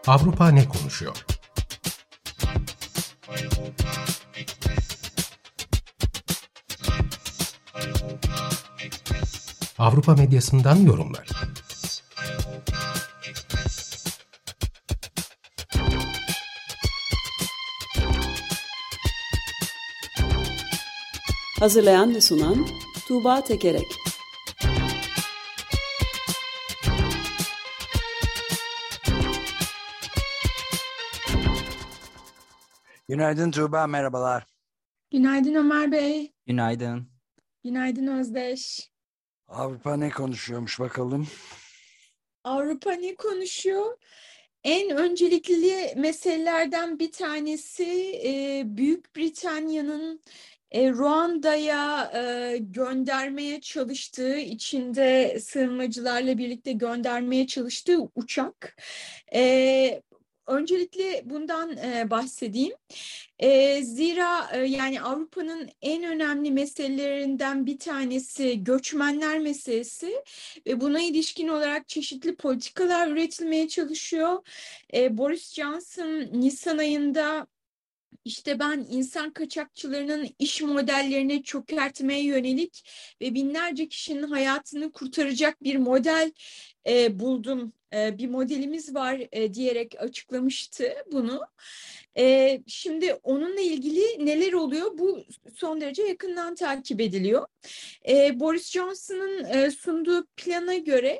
Avrupa ne konuşuyor? Avrupa medyasından yorumlar. Hazırlayan ve sunan Tuğba Tekerek. Günaydın Tuğba, merhabalar. Günaydın Ömer Bey. Günaydın. Günaydın Özdeş. Avrupa ne konuşuyormuş bakalım? Avrupa ne konuşuyor? En öncelikli meselelerden bir tanesi Büyük Britanya'nın Ruanda'ya göndermeye çalıştığı, içinde sığınmacılarla birlikte göndermeye çalıştığı uçak. Öncelikle bundan bahsedeyim. Zira yani Avrupa'nın en önemli meselelerinden bir tanesi göçmenler meselesi ve buna ilişkin olarak çeşitli politikalar üretilmeye çalışıyor. Boris Johnson Nisan ayında İşte ben insan kaçakçılarının iş modellerini çökertmeye yönelik ve binlerce kişinin hayatını kurtaracak bir model buldum. Bir modelimiz var diyerek açıklamıştı bunu. Şimdi onunla ilgili neler oluyor? Bu son derece yakından takip ediliyor. Boris Johnson'ın sunduğu plana göre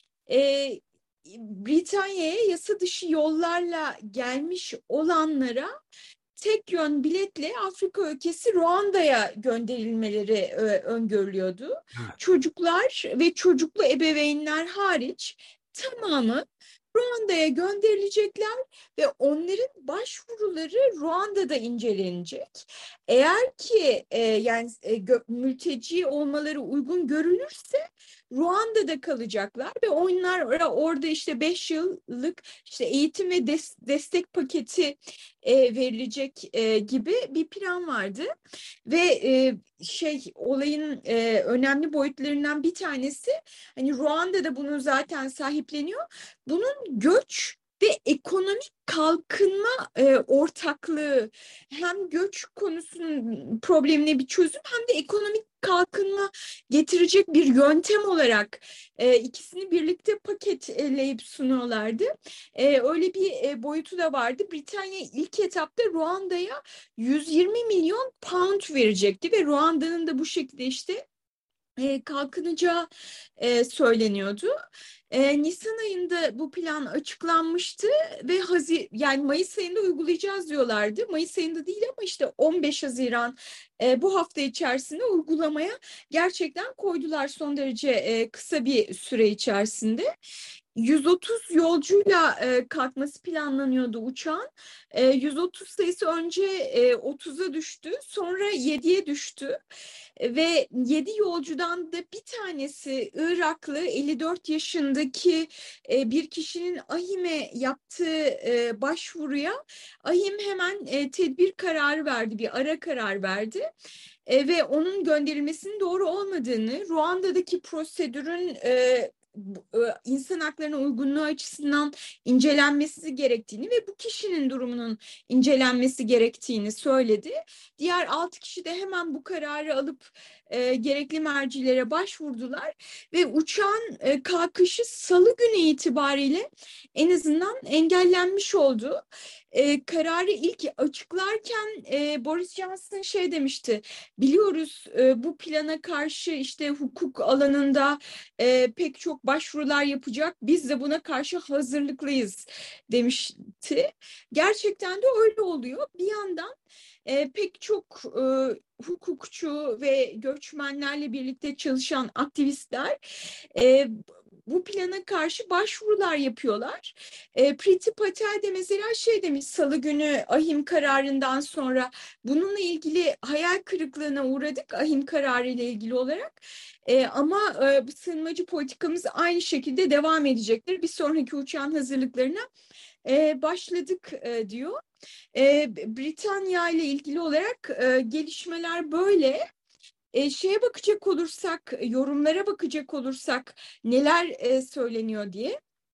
Britanya'ya yasa dışı yollarla gelmiş olanlara tek yön biletle Afrika ülkesi Ruanda'ya gönderilmeleri öngörülüyordu. Evet. Çocuklar ve çocuklu ebeveynler hariç tamamı Ruanda'ya gönderilecekler ve onların başvuruları Ruanda'da incelenecek. Eğer ki mülteci olmaları uygun görülürse Ruanda'da kalacaklar ve onlar orada işte 5 yıllık işte eğitim ve destek paketi verilecek gibi bir plan vardı ve olayın önemli boyutlarından bir tanesi hani Ruanda'da bunu zaten sahipleniyor. Bunun göç ve ekonomik kalkınma ortaklığı hem göç konusunun problemine bir çözüm hem de ekonomik kalkınma getirecek bir yöntem olarak ikisini birlikte paketleyip sunuyorlardı. Öyle bir boyutu da vardı. Britanya ilk etapta Ruanda'ya 120 milyon pound verecekti ve Ruanda'nın da bu şekilde işte kalkınacağı söyleniyordu. Nisan ayında bu plan açıklanmıştı ve yani Mayıs ayında uygulayacağız diyorlardı. Mayıs ayında değil ama işte 15 Haziran bu hafta içerisinde uygulamaya gerçekten koydular son derece kısa bir süre içerisinde. 130 yolcuyla kalkması planlanıyordu uçağın. 130 sayısı önce 30'a düştü, sonra 7'ye düştü. Ve 7 yolcudan da bir tanesi Iraklı 54 yaşındaki bir kişinin AİHM'e yaptığı başvuruya AİHM hemen tedbir kararı verdi, bir ara karar verdi. Ve onun gönderilmesinin doğru olmadığını, Ruanda'daki prosedürün insan haklarına uygunluğu açısından incelenmesi gerektiğini ve bu kişinin durumunun incelenmesi gerektiğini söyledi. Diğer 6 kişi de hemen bu kararı alıp gerekli mercilere başvurdular ve uçağın kalkışı Salı günü itibariyle en azından engellenmiş oldu. Kararı ilk açıklarken Boris Johnson demişti. Biliyoruz bu plana karşı işte hukuk alanında pek çok başvurular yapacak. Biz de buna karşı hazırlıklıyız demişti. Gerçekten de öyle oluyor. Bir yandan pek çok hukukçu ve göçmenlerle birlikte çalışan aktivistler bu plana karşı başvurular yapıyorlar. Priti Patel de mesela demiş Salı günü AİHM kararından sonra bununla ilgili hayal kırıklığına uğradık AİHM kararı ile ilgili olarak. Ama sığınmacı politikamız aynı şekilde devam edecektir. Bir sonraki uçağın hazırlıklarına başladık diyor. Britanya ile ilgili olarak gelişmeler böyle. Bakacak olursak, yorumlara bakacak olursak neler söyleniyor diye.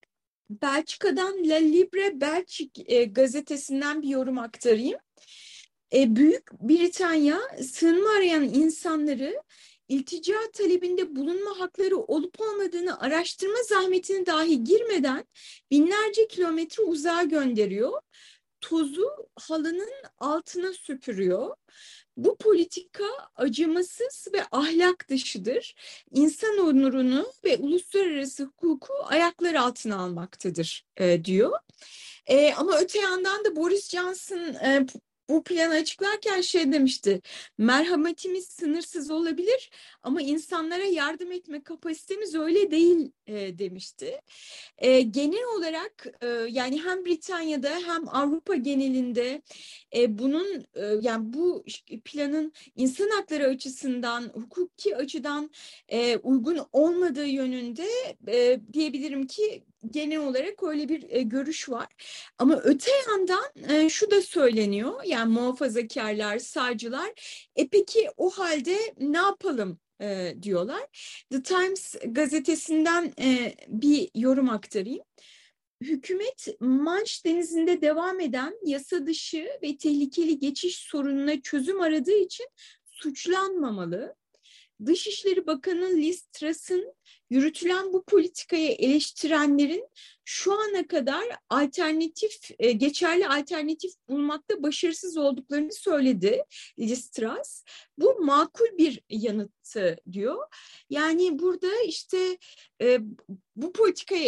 Belçika'dan La Libre Belçik gazetesinden bir yorum aktarayım. Büyük Britanya sığınma arayan insanları iltica talebinde bulunma hakları olup olmadığını araştırma zahmetine dahi girmeden binlerce kilometre uzağa gönderiyor. Tozu halının altına süpürüyor. Bu politika acımasız ve ahlak dışıdır. İnsan onurunu ve uluslararası hukuku ayaklar altına almaktadır diyor. Ama öte yandan da Boris Johnson bu planı açıklarken şey demişti. Merhametimiz sınırsız olabilir ama insanlara yardım etme kapasitemiz öyle değil demişti. Genel olarak yani hem Britanya'da hem Avrupa genelinde bunun yani bu planın insan hakları açısından, hukuki açıdan uygun olmadığı yönünde diyebilirim ki genel olarak öyle bir görüş var. Ama öte yandan şu da söyleniyor, yani muhafazakarlar, sağcılar, peki o halde ne yapalım diyorlar. The Times gazetesinden bir yorum aktarayım. Hükümet Manş Denizi'nde devam eden yasa dışı ve tehlikeli geçiş sorununa çözüm aradığı için suçlanmamalı. Dışişleri Bakanı Liz Truss'ın yürütülen bu politikayı eleştirenlerin şu ana kadar geçerli alternatif bulmakta başarısız olduklarını söyledi Liz Truss. Bu makul bir yanıttı diyor. Yani burada işte bu politikayı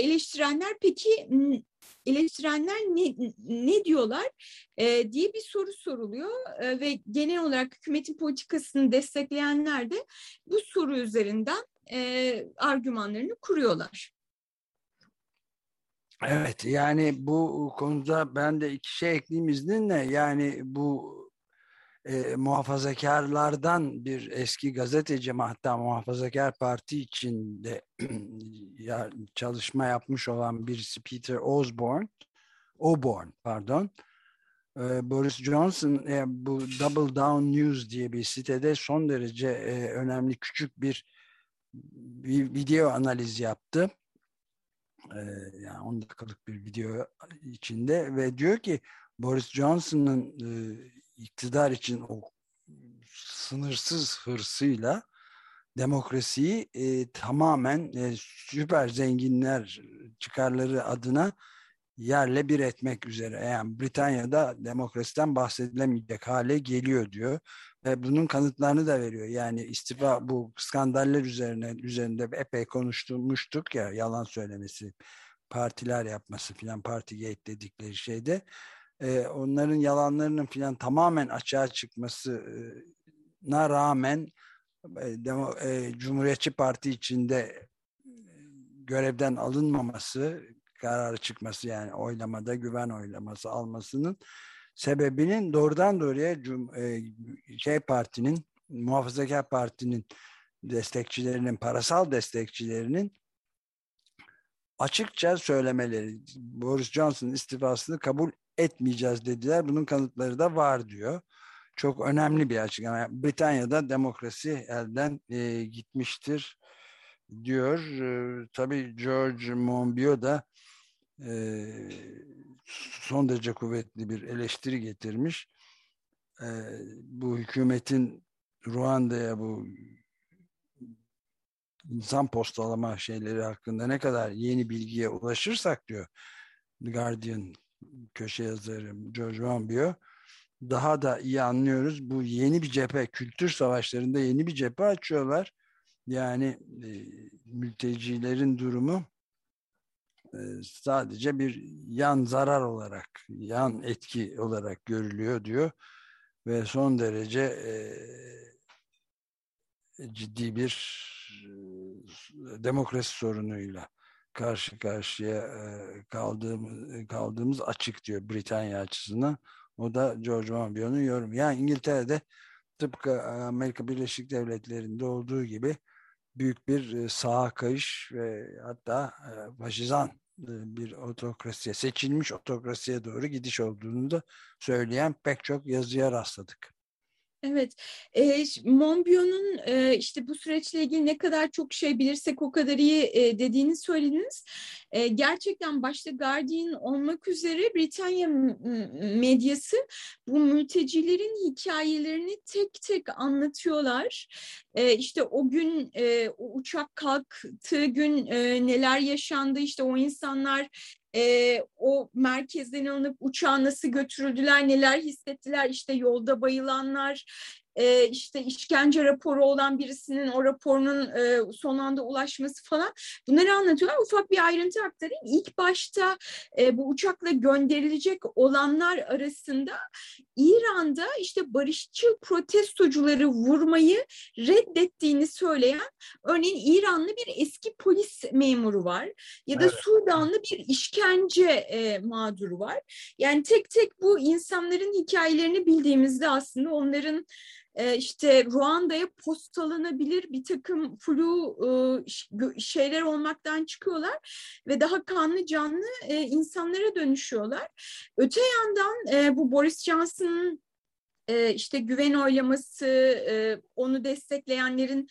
eleştirenler ne diyorlar diye bir soru soruluyor ve genel olarak hükümetin politikasını destekleyenler de bu soru üzerinden argümanlarını kuruyorlar. Evet, yani bu konuda ben de iki şey ekleyeyim izninle. Yani bu muhafazakarlardan bir eski gazeteci, hatta Muhafazakar Parti içinde çalışma yapmış olan birisi, Peter Oborn, pardon. Boris Johnson bu Double Down News diye bir sitede son derece önemli küçük bir video analiz yaptı. Yani 10 dakikalık bir video içinde ve diyor ki Boris Johnson'ın iktidar için o sınırsız hırsıyla demokrasiyi tamamen süper zenginler çıkarları adına yerle bir etmek üzere. Yani Britanya'da demokrasiden bahsedilemeyecek hale geliyor diyor. Ve bunun kanıtlarını da veriyor. Yani istifa, bu skandaller üzerinde epey konuşmuştuk ya, yalan söylemesi, partiler yapması filan, Partygate dedikleri şeyde. Onların yalanlarının filan tamamen açığa çıkmasına rağmen Cumhuriyetçi Parti içinde görevden alınmaması, kararı çıkması, yani oylamada güven oylaması almasının sebebinin doğrudan doğruya partinin, Muhafazakar Parti'nin destekçilerinin, parasal destekçilerinin açıkça söylemeleri. Boris Johnson'ın istifasını kabul etmeyeceğiz dediler. Bunun kanıtları da var diyor. Çok önemli bir açıklama. Britanya'da demokrasi elden gitmiştir diyor. Tabii George Monbiot da son derece kuvvetli bir eleştiri getirmiş. Bu hükümetin Ruanda'ya bu insan postalama şeyleri hakkında ne kadar yeni bilgiye ulaşırsak diyor The Guardian köşe yazarı George Monbiot, daha da iyi anlıyoruz. Bu yeni bir cephe, kültür savaşlarında yeni bir cephe açıyorlar. Yani mültecilerin durumu sadece bir yan zarar olarak, yan etki olarak görülüyor diyor. Ve son derece ciddi bir demokrasi sorunuyla karşı karşıya kaldığımız açık diyor Britanya açısından. O da George Monbiot'un yorumu. Yani İngiltere'de tıpkı Amerika Birleşik Devletleri'nde olduğu gibi büyük bir sağa kayış ve hatta faşizan bir otokrasiye, seçilmiş otokrasiye doğru gidiş olduğunu da söyleyen pek çok yazıya rastladık. Evet, Monbiot'un işte bu süreçle ilgili ne kadar çok şey bilirsek o kadar iyi dediğini söylediniz. Gerçekten başta Guardian olmak üzere Britanya medyası bu mültecilerin hikayelerini tek tek anlatıyorlar. İşte o gün o uçak kalktığı gün neler yaşandı, işte o insanlar o merkezden alınıp uçağa nasıl götürüldüler, neler hissettiler, işte yolda bayılanlar, işte işkence raporu olan birisinin o raporunun son anda ulaşması falan, bunları anlatıyorlar. Ufak bir ayrıntı aktarayım. İlk başta bu uçakla gönderilecek olanlar arasında İran'da işte barışçıl protestocuları vurmayı reddettiğini söyleyen örneğin İranlı bir eski polis memuru var ya da Evet. Sudanlı bir işkence mağduru var. Yani tek tek bu insanların hikayelerini bildiğimizde aslında onların işte Ruanda'ya postalanabilir bir takım flu şeyler olmaktan çıkıyorlar ve daha kanlı canlı insanlara dönüşüyorlar. Öte yandan bu Boris Johnson'ın işte güven oylaması, onu destekleyenlerin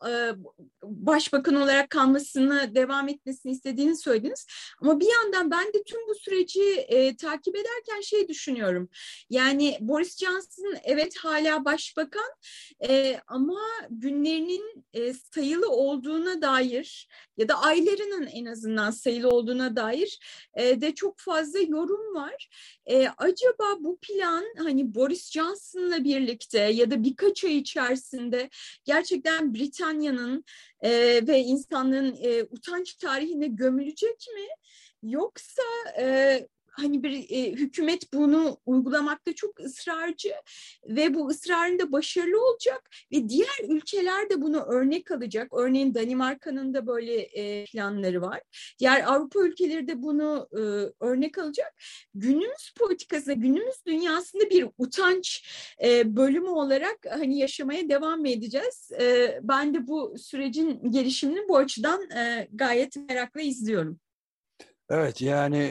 başbakan olarak kalmasını devam etmesini istediğini söylediniz. Ama bir yandan ben de tüm bu süreci takip ederken şey düşünüyorum. Yani Boris Johnson evet hala başbakan ama günlerinin sayılı olduğuna dair ya da aylarının en azından sayılı olduğuna dair de çok fazla yorum var. Acaba bu plan hani Boris Johnson'la birlikte ya da birkaç ay içerisinde gerçekten Britanya'nın ve insanlığın utanç tarihine gömülecek mi? Yoksa hani bir hükümet bunu uygulamakta çok ısrarcı ve bu ısrarında başarılı olacak ve diğer ülkeler de bunu örnek alacak. Örneğin Danimarka'nın da böyle planları var. Diğer Avrupa ülkeleri de bunu örnek alacak. Günümüz politikasında, günümüz dünyasında bir utanç bölümü olarak hani yaşamaya devam mı edeceğiz? Ben de bu sürecin gelişimini bu açıdan gayet merakla izliyorum. Evet, yani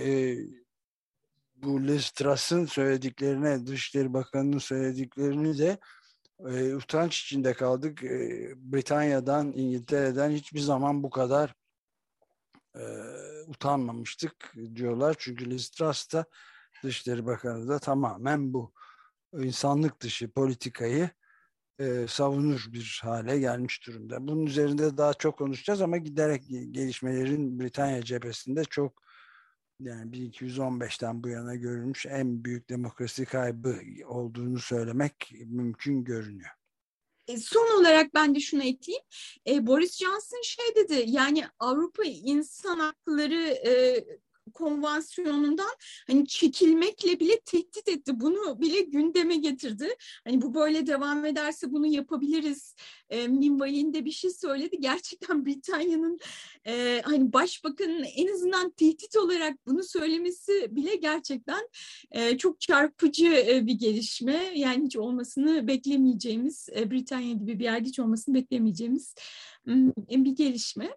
bu Liz Truss'ın söylediklerine, Dışişleri Bakanı'nın söylediklerini de utanç içinde kaldık. Britanya'dan, İngiltere'den hiçbir zaman bu kadar utanmamıştık diyorlar. Çünkü Liz Truss da, Dışişleri Bakanı da tamamen bu insanlık dışı politikayı savunur bir hale gelmiş durumda. Bunun üzerinde daha çok konuşacağız ama giderek gelişmelerin Britanya cephesinde çok, yani 1215'ten bu yana görülmüş en büyük demokrasi kaybı olduğunu söylemek mümkün görünüyor. Son olarak ben de şunu ekleyeyim. Boris Johnson şey dedi, yani Avrupa İnsan Hakları konvansiyonundan hani çekilmekle bile tehdit etti. Bunu bile gündeme getirdi. Hani bu böyle devam ederse bunu yapabiliriz minvalinde bir şey söyledi. Gerçekten Britanya'nın hani başbakanın en azından tehdit olarak bunu söylemesi bile gerçekten çok çarpıcı bir gelişme. Yani hiç olmasını beklemeyeceğimiz, Britanya gibi bir yerde hiç olmasını beklemeyeceğimiz bir gelişme.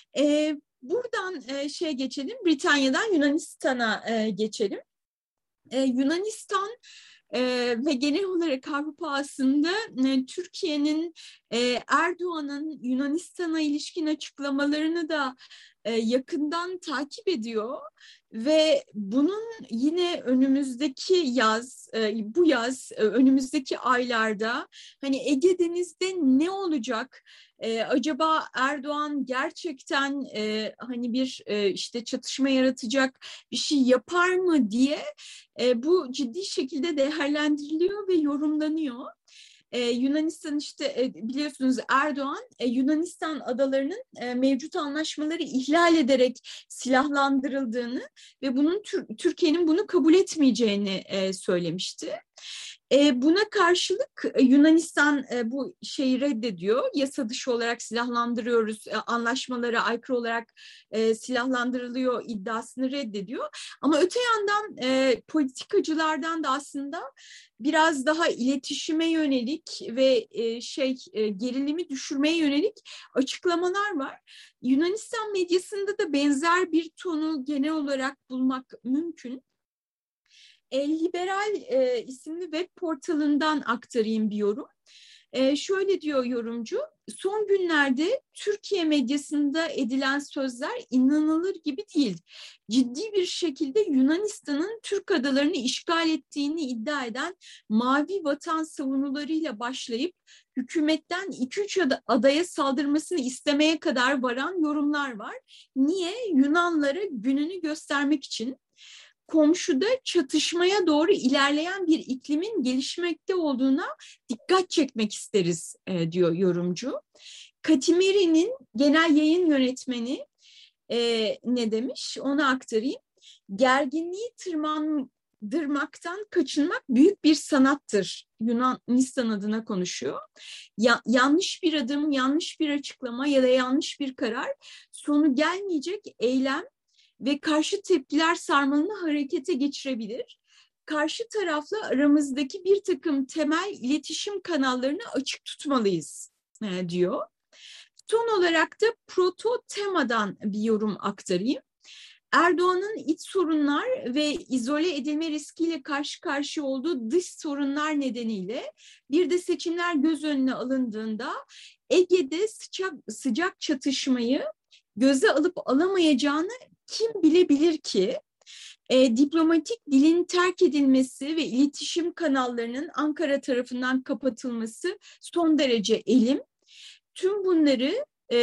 Buradan geçelim, Britanya'dan Yunanistan'a geçelim. Yunanistan ve genel olarak Avrupa aslında Türkiye'nin Erdoğan'ın Yunanistan'a ilişkin açıklamalarını da yakından takip ediyor ve bunun yine önümüzdeki yaz, bu yaz, önümüzdeki aylarda hani Ege Denizi'nde ne olacak? Acaba Erdoğan gerçekten hani bir işte çatışma yaratacak bir şey yapar mı diye bu ciddi şekilde değerlendiriliyor ve yorumlanıyor. Yunanistan işte biliyorsunuz Erdoğan Yunanistan adalarının mevcut anlaşmaları ihlal ederek silahlandırıldığını ve bunun Türkiye'nin bunu kabul etmeyeceğini söylemişti. Buna karşılık Yunanistan bu şeyi reddediyor. Yasa dışı olarak silahlandırıyoruz, anlaşmalara aykırı olarak silahlandırılıyor iddiasını reddediyor. Ama öte yandan politikacılardan da aslında biraz daha iletişime yönelik ve gerilimi düşürmeye yönelik açıklamalar var. Yunanistan medyasında da benzer bir tonu genel olarak bulmak mümkün. Liberal isimli web portalından aktarayım bir yorum. Şöyle diyor yorumcu, son günlerde Türkiye medyasında edilen sözler inanılır gibi değil. Ciddi bir şekilde Yunanistan'ın Türk adalarını işgal ettiğini iddia eden mavi vatan savunularıyla başlayıp hükümetten 2-3 adaya saldırmasını istemeye kadar varan yorumlar var. Niye? Yunanlara gününü göstermek için. Komşuda çatışmaya doğru ilerleyen bir iklimin gelişmekte olduğuna dikkat çekmek isteriz diyor yorumcu. Katimeri'nin genel yayın yönetmeni ne demiş onu aktarayım. Gerginliği tırmandırmaktan kaçınmak büyük bir sanattır. Yunanistan adına konuşuyor. Yanlış bir adım, yanlış bir açıklama ya da yanlış bir karar sonu gelmeyecek eylem ve karşı tepkiler sarmalını harekete geçirebilir. Karşı tarafla aramızdaki bir takım temel iletişim kanallarını açık tutmalıyız diyor. Son olarak da proto temadan bir yorum aktarayım. Erdoğan'ın iç sorunlar ve izole edilme riskiyle karşı karşıya olduğu dış sorunlar nedeniyle bir de seçimler göz önüne alındığında Ege'de sıcak çatışmayı göze alıp alamayacağını kim bilebilir ki? Diplomatik dilin terk edilmesi ve iletişim kanallarının Ankara tarafından kapatılması son derece elim. Tüm bunları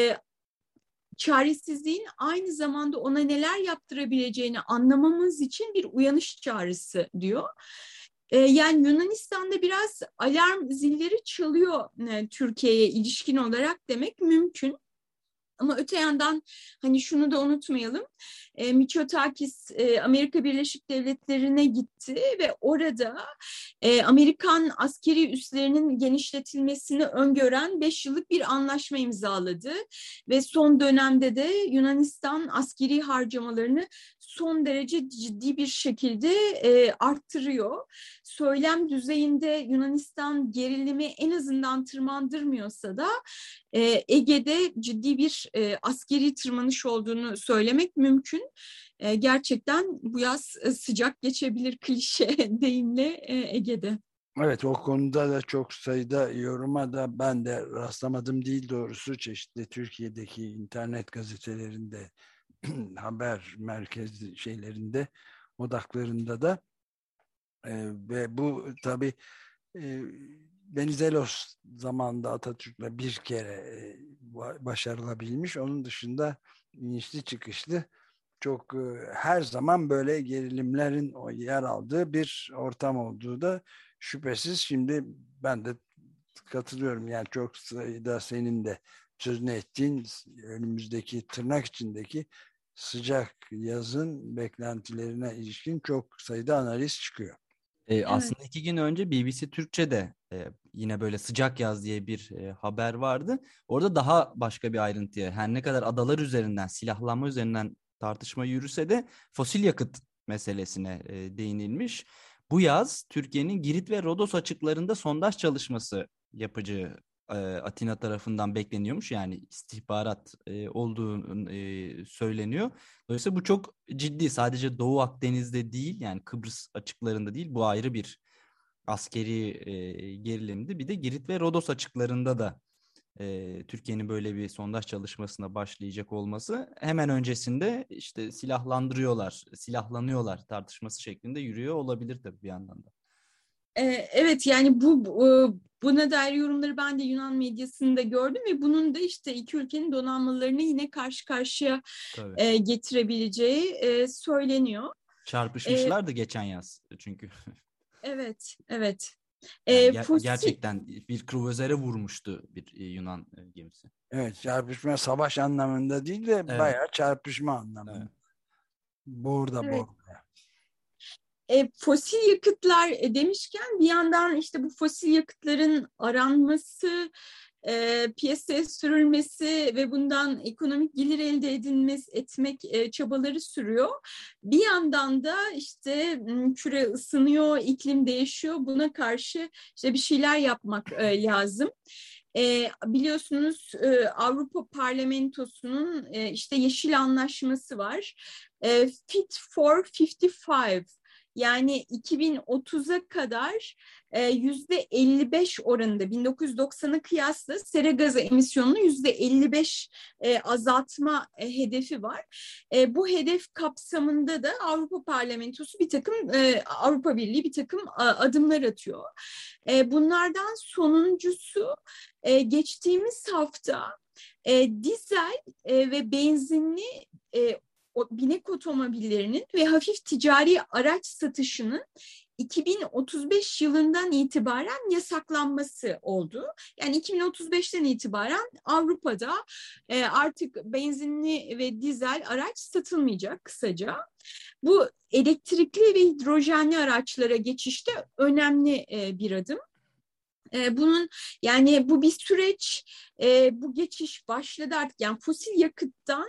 çaresizliğin aynı zamanda ona neler yaptırabileceğini anlamamız için bir uyanış çağrısı diyor. Yani Yunanistan'da biraz alarm zilleri çalıyor Türkiye'ye ilişkin olarak demek mümkün. Ama öte yandan hani şunu da unutmayalım. Mitsotakis Amerika Birleşik Devletleri'ne gitti ve orada Amerikan askeri üslerinin genişletilmesini öngören 5 yıllık bir anlaşma imzaladı. Ve son dönemde de Yunanistan askeri harcamalarını son derece ciddi bir şekilde arttırıyor. Söylem düzeyinde Yunanistan gerilimi en azından tırmandırmıyorsa da Ege'de ciddi bir askeri tırmanış olduğunu söylemek mümkün. Gerçekten bu yaz sıcak geçebilir klişe deyimle Ege'de. Evet, o konuda da çok sayıda yoruma da ben de rastlamadım değil doğrusu. Çeşitli Türkiye'deki internet gazetelerinde, haber merkezi şeylerinde, odaklarında da ve bu tabii Venizelos zamanında Atatürk'le bir kere başarılabilmiş. Onun dışında inişli çıkışlı çok her zaman böyle gerilimlerin yer aldığı bir ortam olduğu da şüphesiz. Şimdi ben de katılıyorum. Yani çok sayıda senin de sözünü ettiğin önümüzdeki tırnak içindeki sıcak yazın beklentilerine ilişkin çok sayıda analiz çıkıyor. Aslında 2 gün önce BBC Türkçe'de yine böyle sıcak yaz diye bir haber vardı. Orada daha başka bir ayrıntıya, her ne kadar adalar üzerinden, silahlanma üzerinden tartışma yürüse de fosil yakıt meselesine değinilmiş. Bu yaz Türkiye'nin Girit ve Rodos açıklarında sondaj çalışması yapacağı Atina tarafından bekleniyormuş. Yani istihbarat olduğu söyleniyor. Dolayısıyla bu çok ciddi. Sadece Doğu Akdeniz'de değil, yani Kıbrıs açıklarında değil. Bu ayrı bir askeri gerilimdi. Bir de Girit ve Rodos açıklarında da Türkiye'nin böyle bir sondaj çalışmasına başlayacak olması, hemen öncesinde işte silahlanıyorlar tartışması şeklinde yürüyor olabilir tabii bir yandan da. Evet, yani buna dair yorumları ben de Yunan medyasında gördüm ve bunun da işte iki ülkenin donanmalarını yine karşı karşıya getirebileceği söyleniyor. Çarpışmışlardı geçen yaz çünkü. Evet. Yani gerçekten bir kruvazöre vurmuştu bir Yunan gemisi. Evet, çarpışma savaş anlamında değil de bayağı çarpışma anlamında. Evet. Burada. Fosil yakıtlar demişken bir yandan işte bu fosil yakıtların aranması, piyasaya sürülmesi ve bundan ekonomik gelir elde etmek çabaları sürüyor. Bir yandan da işte küre ısınıyor, iklim değişiyor. Buna karşı işte bir şeyler yapmak lazım. Biliyorsunuz Avrupa Parlamentosu'nun işte Yeşil Anlaşması var. Fit for 55. Yani 2030'a kadar %55 oranında 1990'a kıyasla sera gazı emisyonunu %55 azaltma hedefi var. Bu hedef kapsamında da Avrupa Parlamentosu Avrupa Birliği bir takım adımlar atıyor. Bunlardan sonuncusu geçtiğimiz hafta dizel ve benzinli binek otomobillerinin ve hafif ticari araç satışının 2035 yılından itibaren yasaklanması oldu. Yani 2035'ten itibaren Avrupa'da artık benzinli ve dizel araç satılmayacak kısaca. Bu elektrikli ve hidrojenli araçlara geçişte önemli bir adım. Bu bir süreç, bu geçiş başladı artık. Yani fosil yakıttan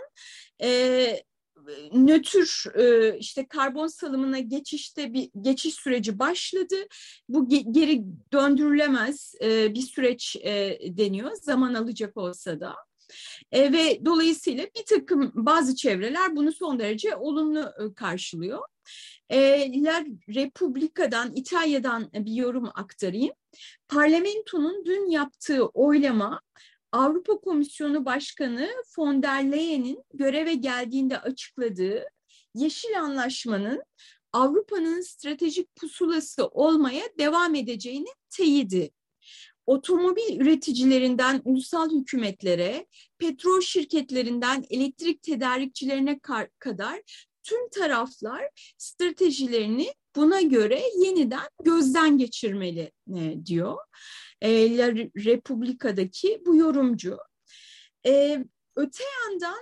nötr işte karbon salımına geçişte bir geçiş süreci başladı. Bu geri döndürülemez bir süreç deniyor. Zaman alacak olsa da. Ve dolayısıyla bir takım bazı çevreler bunu son derece olumlu karşılıyor. La Repubblica'dan, İtalya'dan bir yorum aktarayım. Parlamentonun dün yaptığı oylama, Avrupa Komisyonu Başkanı von der Leyen'in göreve geldiğinde açıkladığı Yeşil Anlaşma'nın Avrupa'nın stratejik pusulası olmaya devam edeceğini teyidi. Otomobil üreticilerinden ulusal hükümetlere, petrol şirketlerinden elektrik tedarikçilerine kadar tüm taraflar stratejilerini buna göre yeniden gözden geçirmeli diyor. La Repubblica'daki bu yorumcu. Öte yandan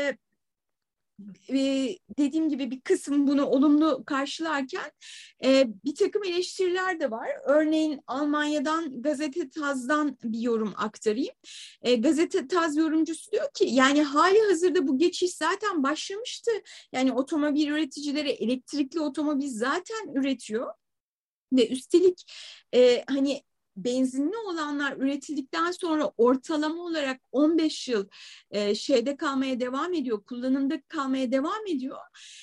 dediğim gibi bir kısım bunu olumlu karşılarken bir takım eleştiriler de var. Örneğin Almanya'dan Gazete Taz'dan bir yorum aktarayım. Gazete Taz yorumcusu diyor ki yani hali hazırda bu geçiş zaten başlamıştı. Yani otomobil üreticileri elektrikli otomobil zaten üretiyor. Ve üstelik hani benzinli olanlar üretildikten sonra ortalama olarak 15 yıl şeyde kalmaya devam ediyor, kullanımda kalmaya devam ediyor.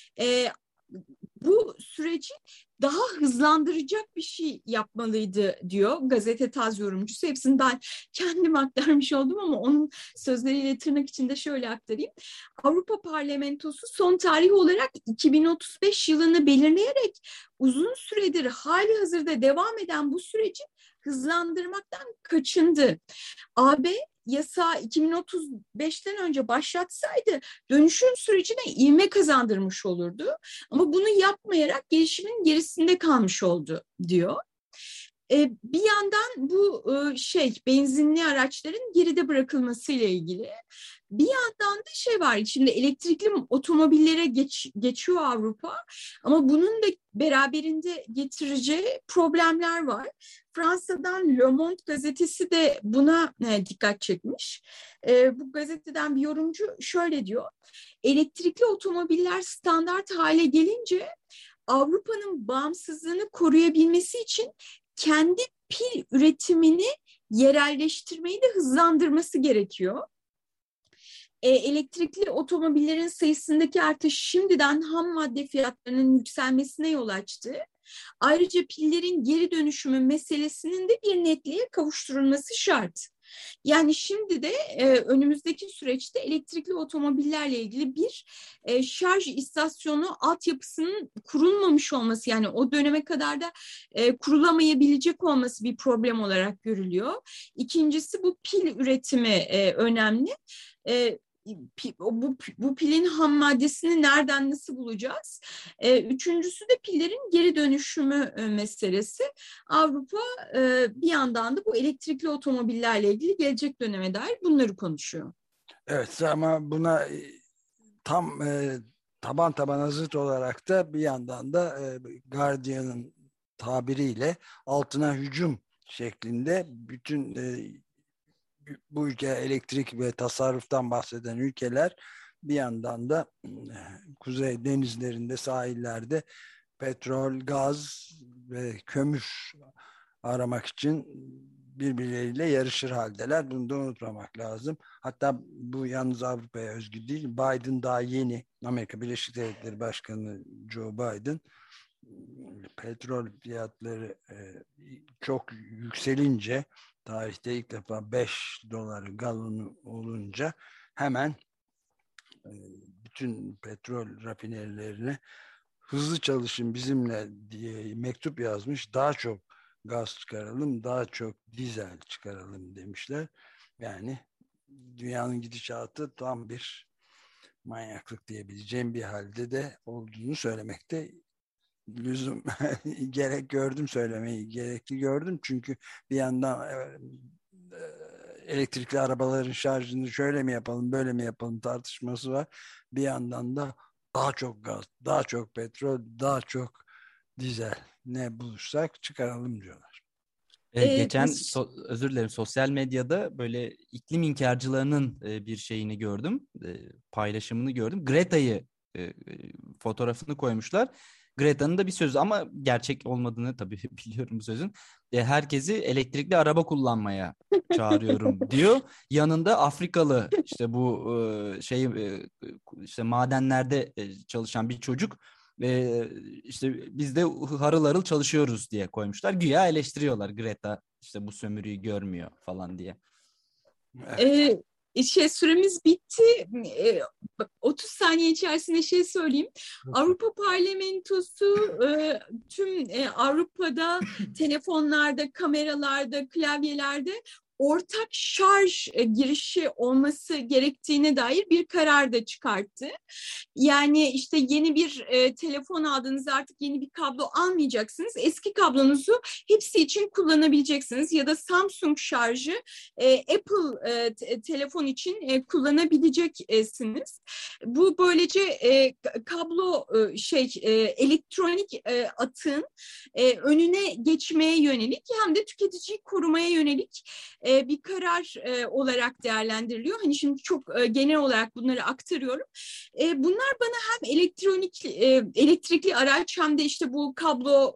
Bu süreci daha hızlandıracak bir şey yapmalıydı diyor Gazete Taz yorumcusu. Hepsini ben kendim aktarmış oldum ama onun sözleriyle tırnak içinde şöyle aktarayım. Avrupa Parlamentosu son tarih olarak 2035 yılını belirleyerek uzun süredir hali hazırda devam eden bu süreci hızlandırmaktan kaçındı. AB yasağı 2035'ten önce başlatsaydı dönüşüm sürecine ivme kazandırmış olurdu. Ama bunu yapmayarak gelişimin gerisinde kalmış oldu diyor. Bir yandan bu benzinli araçların geride bırakılması ile ilgili. Bir yandan da var. Şimdi elektrikli otomobillere geçiyor Avrupa ama bunun da beraberinde getireceği problemler var. Fransa'dan Le Monde gazetesi de buna dikkat çekmiş. Bu gazeteden bir yorumcu şöyle diyor. Elektrikli otomobiller standart hale gelince Avrupa'nın bağımsızlığını koruyabilmesi için kendi pil üretimini yerelleştirmeyi de hızlandırması gerekiyor. Elektrikli otomobillerin sayısındaki artış şimdiden ham madde fiyatlarının yükselmesine yol açtı. Ayrıca pillerin geri dönüşümü meselesinin de bir netliğe kavuşturulması şart. Yani şimdi de önümüzdeki süreçte elektrikli otomobillerle ilgili bir şarj istasyonu altyapısının kurulmamış olması, yani o döneme kadar da kurulamayabilecek olması bir problem olarak görülüyor. İkincisi bu pil üretimi önemli. Bu pilin ham maddesini nereden nasıl bulacağız? Üçüncüsü de pillerin geri dönüşümü meselesi. Avrupa bir yandan da bu elektrikli otomobillerle ilgili gelecek döneme dair bunları konuşuyor. Evet ama buna tam taban tabana zıt olarak da bir yandan da Guardian'ın tabiriyle altına hücum şeklinde bütün bu ülke elektrik ve tasarruftan bahseden ülkeler bir yandan da kuzey denizlerinde, sahillerde petrol, gaz ve kömür aramak için birbirleriyle yarışır haldeler. Bunu da unutmamak lazım. Hatta bu yalnız Avrupa'ya özgü değil. Biden daha yeni, Amerika Birleşik Devletleri Başkanı Joe Biden petrol fiyatları çok yükselince, tarihte ilk defa 5 doları galonu olunca hemen bütün petrol rafinerilerine hızlı çalışın bizimle diye mektup yazmış. Daha çok gaz çıkaralım, daha çok dizel çıkaralım demişler. Yani dünyanın gidişatı tam bir manyaklık diyebileceğim bir halde de olduğunu söylemekte lüzum söylemeyi gerekli gördüm. Çünkü bir yandan elektrikli arabaların şarjını şöyle mi yapalım, böyle mi yapalım tartışması var. Bir yandan da daha çok gaz, daha çok petrol, daha çok dizel, ne bulursak çıkaralım diyorlar. Geçen özür dilerim, sosyal medyada böyle iklim inkarcılarının bir şeyini gördüm, paylaşımını gördüm. Greta'yı fotoğrafını koymuşlar. Greta'nın da bir sözü, ama gerçek olmadığını tabii biliyorum bu sözün. Herkesi elektrikli araba kullanmaya çağırıyorum diyor. Yanında Afrikalı işte bu işte madenlerde çalışan bir çocuk. İşte biz de harıl harıl çalışıyoruz diye koymuşlar. Güya eleştiriyorlar, Greta işte bu sömürüyü görmüyor falan diye. Süremiz bitti. 30 saniye içerisinde söyleyeyim. Avrupa Parlamentosu tüm Avrupa'da telefonlarda, kameralarda, klavyelerde ortak şarj girişi olması gerektiğine dair bir karar da çıkarttı. Yani işte yeni bir telefon aldığınızda artık yeni bir kablo almayacaksınız. Eski kablonuzu hepsi için kullanabileceksiniz. Ya da Samsung şarjı Apple telefon için kullanabileceksiniz. Bu böylece kablo elektronik atığın önüne geçmeye yönelik hem de tüketiciyi korumaya yönelik bir karar olarak değerlendiriliyor. Hani şimdi çok genel olarak bunları aktarıyorum. Bunlar bana hem elektrikli araç hem de işte bu kablo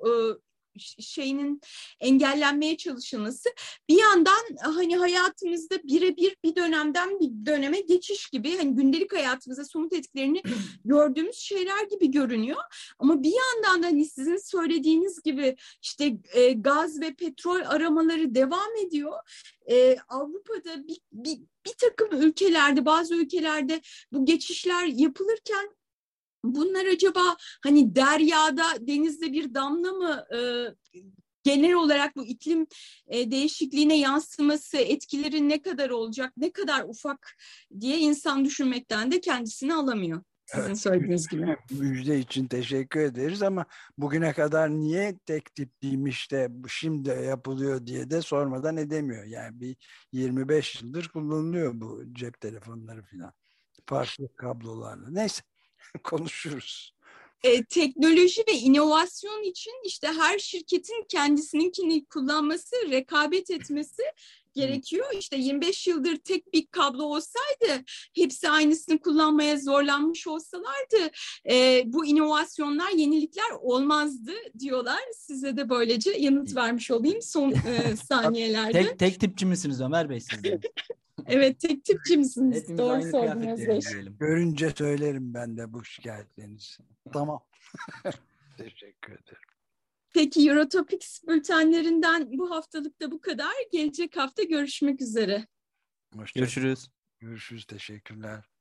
şeyinin engellenmeye çalışılması, bir yandan hani hayatımızda birebir bir dönemden bir döneme geçiş gibi, hani gündelik hayatımızda somut etkilerini gördüğümüz şeyler gibi görünüyor. Ama bir yandan da hani sizin söylediğiniz gibi işte gaz ve petrol aramaları devam ediyor. Avrupa'da bir takım ülkelerde, bazı ülkelerde bu geçişler yapılırken bunlar acaba hani deryada, denizde bir damla mı genel olarak bu iklim değişikliğine yansıması, etkileri ne kadar olacak, ne kadar ufak diye insan düşünmekten de kendisini alamıyor. Sizin söylediğiniz gibi. Müjde için teşekkür ederiz ama bugüne kadar niye tek tipliymiş de şimdi yapılıyor diye de sormadan edemiyor. Yani bir 25 yıldır kullanılıyor bu cep telefonları falan. Farklı kablolarla. Neyse. Konuşuruz. Teknoloji ve inovasyon için işte her şirketin kendisininkini kullanması, rekabet etmesi gerekiyor. İşte 25 yıldır tek bir kablo olsaydı, hepsi aynısını kullanmaya zorlanmış olsalardı bu inovasyonlar, yenilikler olmazdı diyorlar. Size de böylece yanıt vermiş olayım son saniyelerde. Tek tipçi misiniz Ömer Bey siz de? Evet, tek tipçi misiniz? Hepimiz Doğru aynı söylediniz. diyelim. Görünce söylerim ben de bu şikayetlerinizi. Tamam. Teşekkür ederim. Peki, Eurotopics bültenlerinden bu haftalık da bu kadar. Gelecek hafta görüşmek üzere. Görüşürüz. Görüşürüz. Teşekkürler.